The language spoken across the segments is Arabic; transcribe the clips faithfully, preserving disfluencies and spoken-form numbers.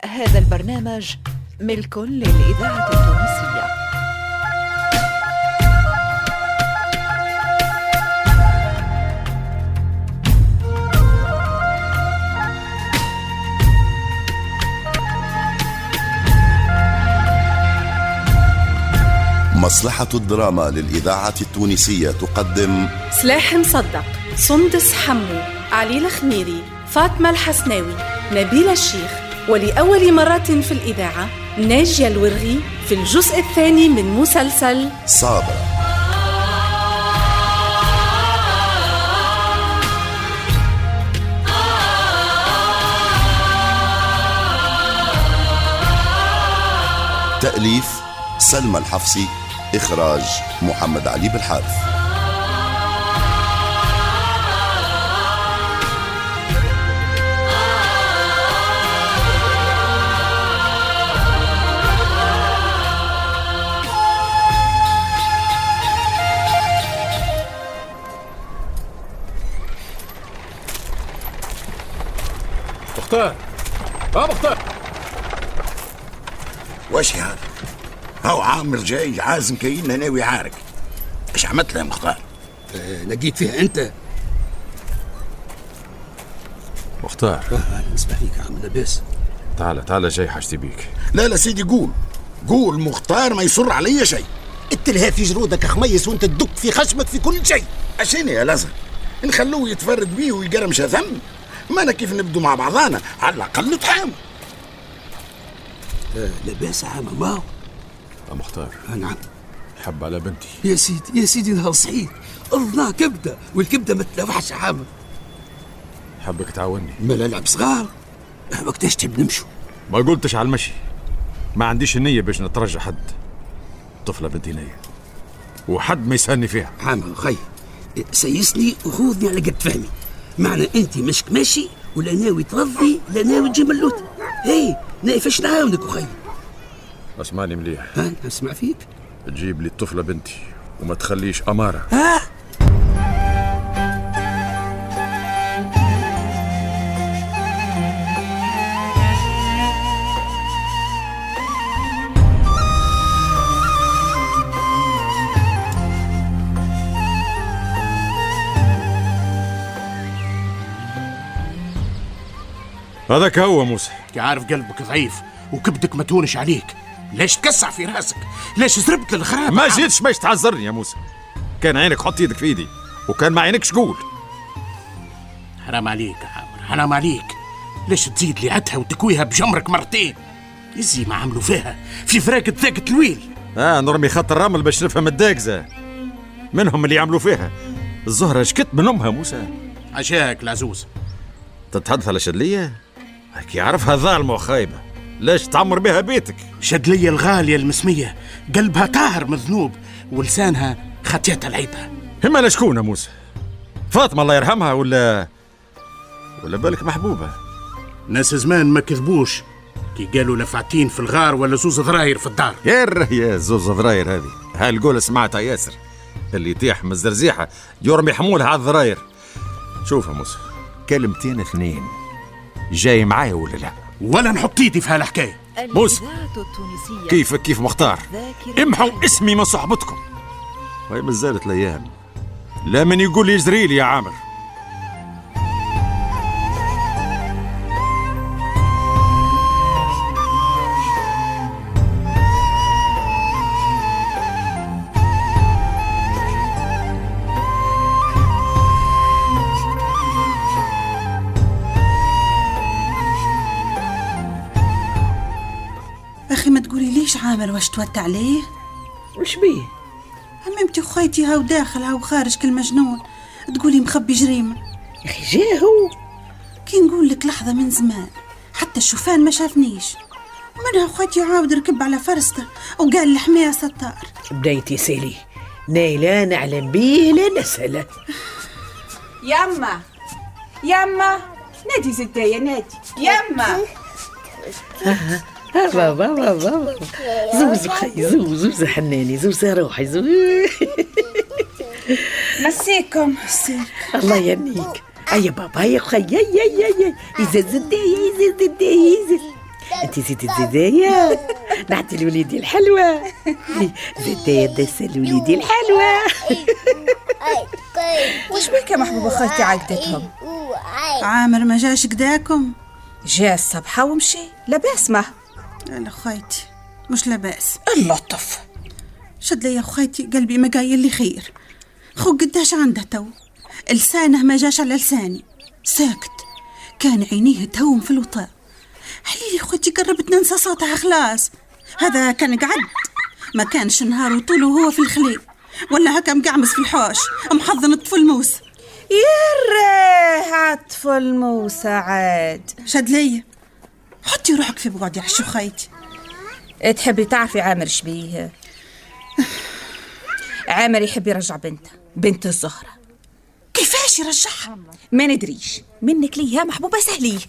هذا البرنامج ملك للإذاعة التونسية. مصلحة الدراما للإذاعة التونسية تقدم سلاح مصدق، سندس حمو، علي الخميري، فاطمة الحسناوي، نبيل الشيخ، ولأول مرة في الإذاعة ناجية الورغي في الجزء الثاني من مسلسل صابرة. تأليف سلمى الحفصي، إخراج محمد علي بالحارث. مختار، اه مختار، واش هذا؟ هاو عامر جاي عازم كايننا ناوي عارك. ايش عملت له يا مختار؟ أه لقيت فيها انت مختار. اه نسمع فيك يا عم لاباس. تعال تعال جاي حاجتي بيك. لا لا سيدي قول قول مختار ما يصر علي شيء. اتلها في جرودك خميس وانت تدق في خشمك في كل شيء. اشيني يا لازم نخلوه يتفرد بيه ويقرمش ذم؟ ما انا كيف نبدو مع بعضانا على الاقل نتحامل. أه لاباس عام ما يا مختار. آه نعم. حب على بنتي يا سيدي يا سيدي نهار صحيح الله كبده، والكبده ما تلوحش عامر. حبك تعاوني. ما نلعب صغار وقتاش تحب نمشوا؟ ما قلتش على المشي، ما عنديش النية باش نترجى حد. طفلة بنتي نية وحد ما يسهلني فيها. عامر خي سيسني وخوذني على قد فهمي. معنى انت مشك ماشي ولا ناوي ترضي لا ناوي تجي ملوت. هي نايفاش نعاونك وخي. اسمعني مليح. ها اسمع فيك. تجيب لي الطفلة بنتي وما تخليش أمارة. ها هذاك هو موسى. عارف قلبك ضعيف وكبدك ما تونش عليك. ليش تكسع في راسك؟ ليش زربت للخراب؟ ما جيتش باش تعذرني يا موسى. كان عينك حط يدك في ايدي وكان ما عينكش قول. حرام عليك يا عامر، حرام عليك. ليش تزيد لي عدها وتكويها بجمرك مرتين؟ ازي ما عملوا فيها في فراقة ذاك الويل. اه نرمي خط الرمل باش نفهم الداكزة. منهم اللي يعملوا فيها. الزهرة شكت من امها موسى. عشاك العزوز تتحدث على شدلية؟ هيك يعرفها ظالمة وخايبة. ليش تعمر بها بيتك؟ شدلية الغالية المسمية قلبها طاهر مذنوب ولسانها خطيتها العيبة. هما لشكون يا موسى؟ فاطمة الله يرحمها ولا ولا بالك محبوبة؟ ناس زمان ما كذبوش كي قالوا لفعتين في الغار ولا زوز ضراير في الدار. يا يا زوز ضراير هذه هالقولة سمعتها ياسر. اللي يطيح من الزرزيحة يرمي حمولها على الضراير. شوف يا موسى كلمتين اثنين جاي معايا ولا لا؟ ولا نحط ايدي في هالحكايه. موسى كيفك كيف مختار امحوا اسمي من صحبتكم. وهي مازالت الايام لا من يقول يجري لي يا عامر. أخي ما تقولي ليش عامر واش توتع عليه؟ وش بيه؟ عمامتي وخيتي هاو داخل هاو خارج كل مجنون، تقولي مخبي جريمة. يا أخي جاء هو. كي نقول لك لحظة من زمان حتى الشوفان ما شافنيش، ومنها خيتي عاود ركب على فرسته وقال لحماية ستار. بدايتي سيلي نايلة نعلم بيه لا نسأله. يما يما نادي زدايا نادي يما. ها بابا بابا بابا زوز خي زوز زوز حناني زوز روحي زوز. مسيكم الله يهنيك. أي بابا يا خي يا يا يا يزز الداية يزز الداية يزز انت زيدي زيدايا نعطي لوليدي الحلوى. زيدايا داسه لوليدي الحلوى. وش بك يا محبوبة خالتي عقدتهم؟ عامر ما جاش قداكم؟ جاء الصبحة ومشي، لاباس ما؟ لا خايتي مش لاباس. اللطف شد لي يا خايتي، قلبي ما قايل لي خير. خو قداش عنده تو، لسانه ما جاش على لساني، ساكت، كان عينيه تهوم في الوطاء. حليلي خوتي قربت ننسى صوتها خلاص. هذا كان قعد، ما كانش نهار وطوله وهو في الخليل، ولا هكا مقعمس في الحوش محضن الطفل موسى. يراه عطفل موسى عاد. شد لي حطي روحك في بقعدي عشو خايتي. تحبي تعرفي عامر شبيه؟ عامر يحب يرجع بنته، بنت الزهرة. كيفاش يرجعها؟ ما ندريش، منك ليها محبوبة سهليه.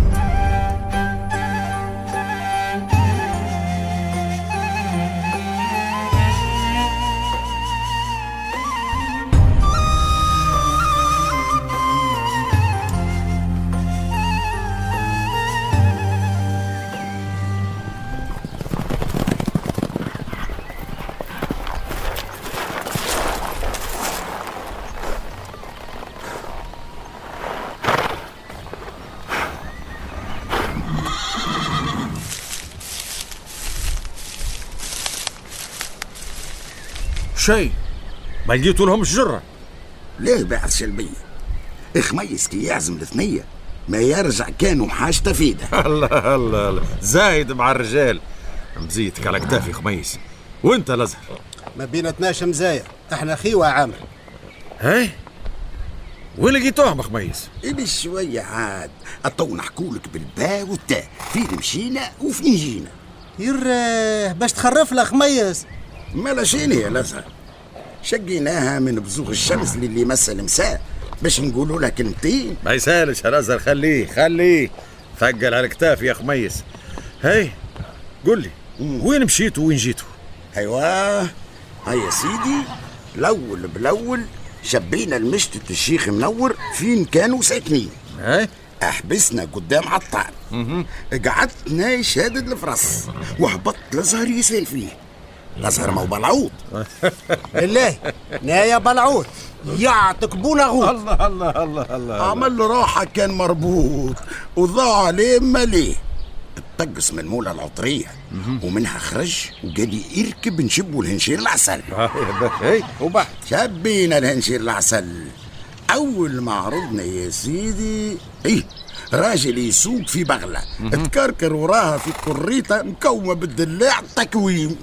شيء ما لقيتوا لهم الجرة؟ ليه بعث سلبية؟ خميس كي يعزم الثنية ما يرجع كانوا حاجته فيده. الله الله الله زايد مع الرجال، مزيتك على كتافي خميس. وانت الازهر ما بيناتناش مزايا، احنا خيوة عامر. هاي وين لقيتوهم خميس؟ إلي شوية عاد أطو نحكولك بالباء والتاء، فين مشينا وفين جينا. يراه باش تخرف له خميس. مالا شيني يا الازهر، شقيناها من بزوغ الشمس اللي مسا المساء باش نقولوا لها كلمتين. ما يسالش يا الازهر، خليه خليه ثقل على كتافي يا خميس. هاي قل لي وين مشيتوا وين جيتوا؟ ايوه هيا يا سيدي، الاول بالاول شبينا المشتت الشيخ منور فين كانوا ساكنين. هاي احبسنا قدام عطار، قعدت نايش شادد الفرس وهبطت الازهر يسال فيه. الازهر مو بلعوط. بالله نايا بلعوط يعطك بولغوط. الله الله الله الله عمل له روحه كان مربوط وضاع عليه ماليه. اتطقس من مولا العطريه ومنها خرج وقال لي اركب نشبوا الهنشير العسل. اي وبعد شبينا الهنشير العسل. اول ما عرضنا يا سيدي ايه راجل يسوق في بغله تكركر وراها في كريته مكومه بالدلاع تكويم.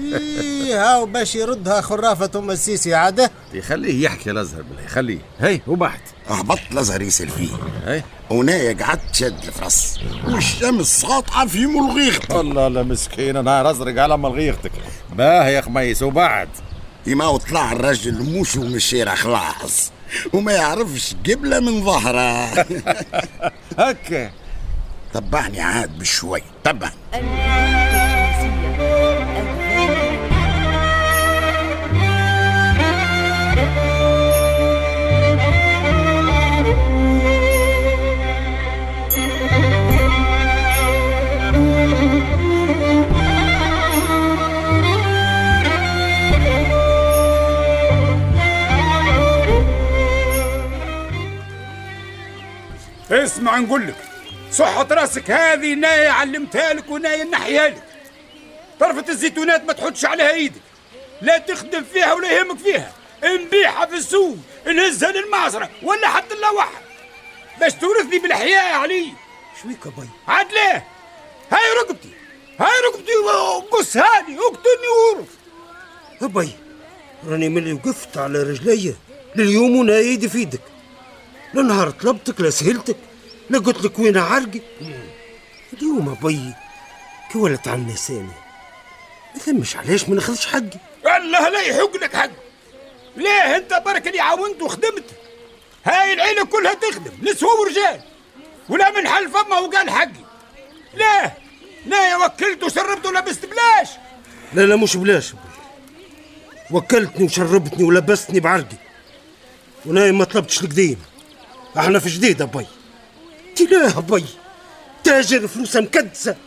ايه هاو باش يردها خرافه ام السيسي عاده. يخليه يحكي الازهر بالله خليه. هي وبعد هبطت الازهر يسال فيه. هي ونايا قعدت شاد الفرس والشمس ساطعه في ملغيختي. الله لا مسكين نهار ازرق على ملغيختك. باهي يا خميس وبعد يما وطلع الرجل مشو من الشارع خلاص وما يعرفش قبله من ظهره. هكا طبعني عاد بشوي طبعني. اسمع نقول لك، صحة راسك هذه ناية علمتها لك وناية نحيها لك. طرفة الزيتونات ما تحطش عليها ايدك، لا تخدم فيها ولا يهمك فيها، نبيعها في السوق، نهزها للمعصرة ولا حتى لا واحد باش تورثني بالحياة يا علي. شويك باي عاد ليه؟ هاي رقبتي هاي رقبتي قص هاني اقتلني وورث. باي راني ملي وقفت على رجلي لليوم وانا ايدي في ايدك، لا نهار طلبتك لا سهلتك لا قلت لك وين عرقي. اليوم باي كي ولت عنا سامي ما ثمش علاش ما ناخذش حقي. الله لا يحق لك حق. ليه انت برك اللي عاونت وخدمت، هاي العيله كلها تخدم نسوة ورجال، ولا من حل فما وقال حقي. ليه لا وكلت وشربت ولبست بلاش. لا لا مش بلاش باي، وكلتني وشربتني ولبستني بعرقي وانا ما طلبتش القديم. احنا في جديد باي. تلاه باي تاجر فلوسه مكدسه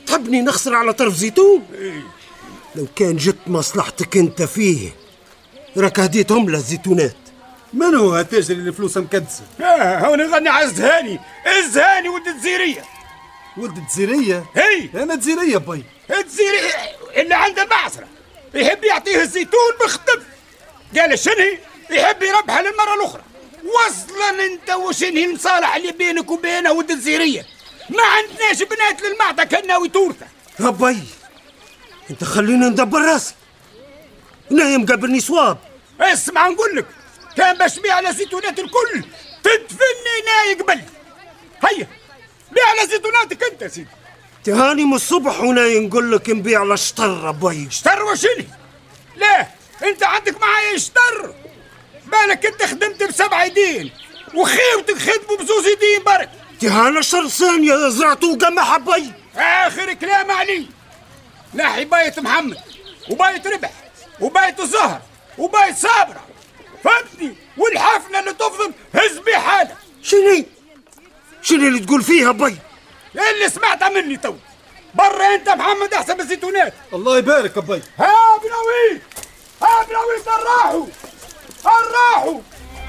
تحبني نخسر على طرف زيتون؟ لو كان جت مصلحتك انت فيه راك هديتهم له الزيتونات. من هو التاجر اللي فلوسه مكدسه؟ اه هوني غني على الزهاني، الزهاني ولد الزيريه. ولد الزيريه؟ هي انا تزيريه باي. الزيريه اللي عنده المعصره يحب يعطيه الزيتون بخطف. قال شنهي يحب يربحها للمره الاخرى. وصلا انت وشنهي المصالح اللي بينك وبينه ولد الزيريه؟ ما عندناش بنات للمعطى كان ناوي تورثه. يا باي انت خلينا ندبر راسي، نايم قابلني صواب. اسمع نقول لك، كان باش بيع على زيتونات الكل تدفني ناي قبل. هيا بيع على زيتوناتك انت يا سيدي. تهاني من الصبح وناي نقول لك نبيع على شطر باي. شطر وشني؟ لا انت عندك معايا شطر، بالك انت خدمت بسبع يدين وخيوتك خدموا بزوز يدين برك. تهانا شر ثانية زرعتو وقمح باي. اخر كلام علي. لاحي بايت محمد وبايت ربح وبايت الزهر وبايت صابرة، فهمتني؟ والحفلة اللي تفضل هز بي حالك. شني؟ شني اللي تقول فيها باي؟ اللي سمعتها مني تو. برا انت محمد احسن الزيتونات. الله يبارك يا باي. ها بنويت ها بنويت الراحوا الراحوا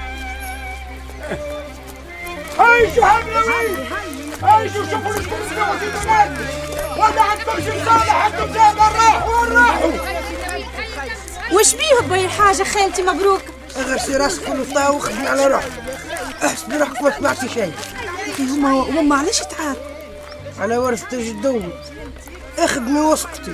هيشوا ها بنويت هيشوا شوفوا لكم سوا زيتونات ولا عندكمش مصالح انتم جاب الراحوا الراحوا. وش بيه باي الحاجة خالتي مبروك؟ اغسلي راسك في الوطاء وخدمي على روحك، احسبي روحك ما سمعتي شيء. هما هما علاش تعارف؟ على ورثة جدوم، اخدمي واسكتي.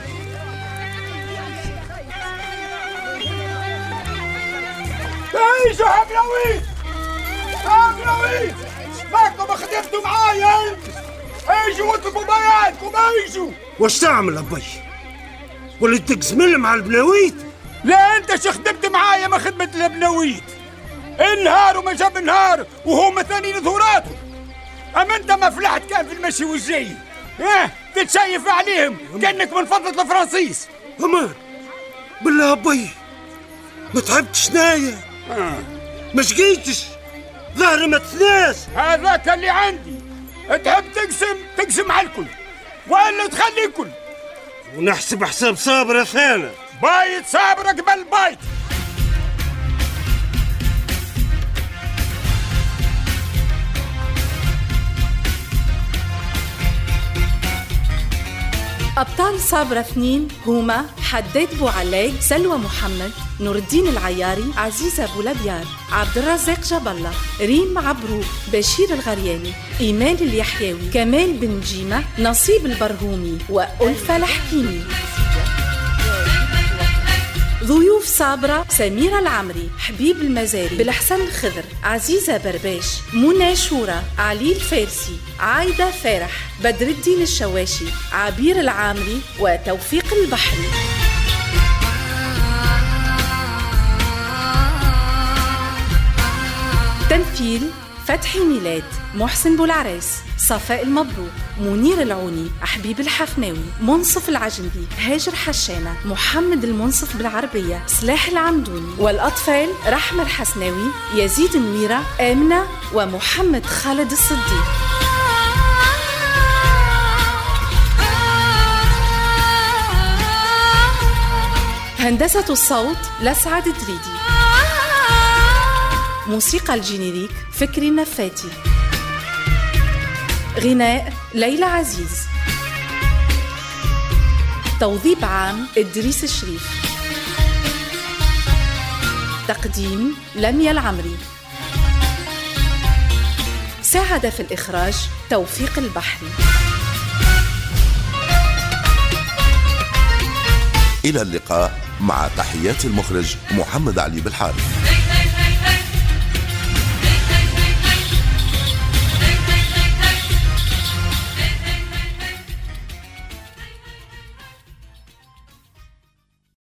ايشو هبلويت هبلويت ماكم خدمتوا معايا. ايشو واطلبوا بياتكم ايشو. واش تعمل ابي؟ ولا تقسمل مع البناويت؟ لا انت شو خدمت معايا ما خدمة البناويت. النهار وما جاب النهار وهم ثانيين ظهوراتهم. اما انت ما فلحت كان في المشي والجاي. اه تتشيف عليهم كانك من فضلة الفرنسيس. امان بالله ابي ما تعبتش نايا. آه. ما شقيتش ظهري ما تثناس. هذاك اللي عندي. تحب تقسم تقسم على الكل ولا تخلي الكل. ونحسب حساب صابرة ثانية. بايت صابرة قبل بايت. أبطال صابرة اثنين هما حداد بوعلاق، سلوى محمد، نور الدين العياري، عزيزة بولابيار، عبد الرزاق جاب الله، ريم عبروك، بشير الغرياني، إيمان اليحيوي، كمال بن جيمة، نصيب البرهومي وألفة الحكيمي. ضيوف صابرة سميرة العمري، حبيب المزاري، بالحسن الخضر، عزيزة برباش، منى شورى، علي الفارسي، عايدة فرح، بدر الدين الشواشي، عبير العامري وتوفيق البحري. تمثيل فتحي ميلاد، محسن بولعراس، صفاء المبروك، منير العوني، حبيب الحفناوي، منصف العجندي، هاجر حشانة، محمد المنصف بالعربية، سلاح العمدوني. والأطفال رحمة الحسناوي، يزيد النويرة، آمنة ومحمد خالد الصديق. هندسة الصوت لسعد دريدي. موسيقى الجينيريك فكري النفاتي. غناء ليلى عزيز. توظيف عام إدريس الشريف. تقديم لميا العمري. ساعد في الإخراج توفيق البحري. إلى اللقاء مع تحيات المخرج محمد علي بالحارث.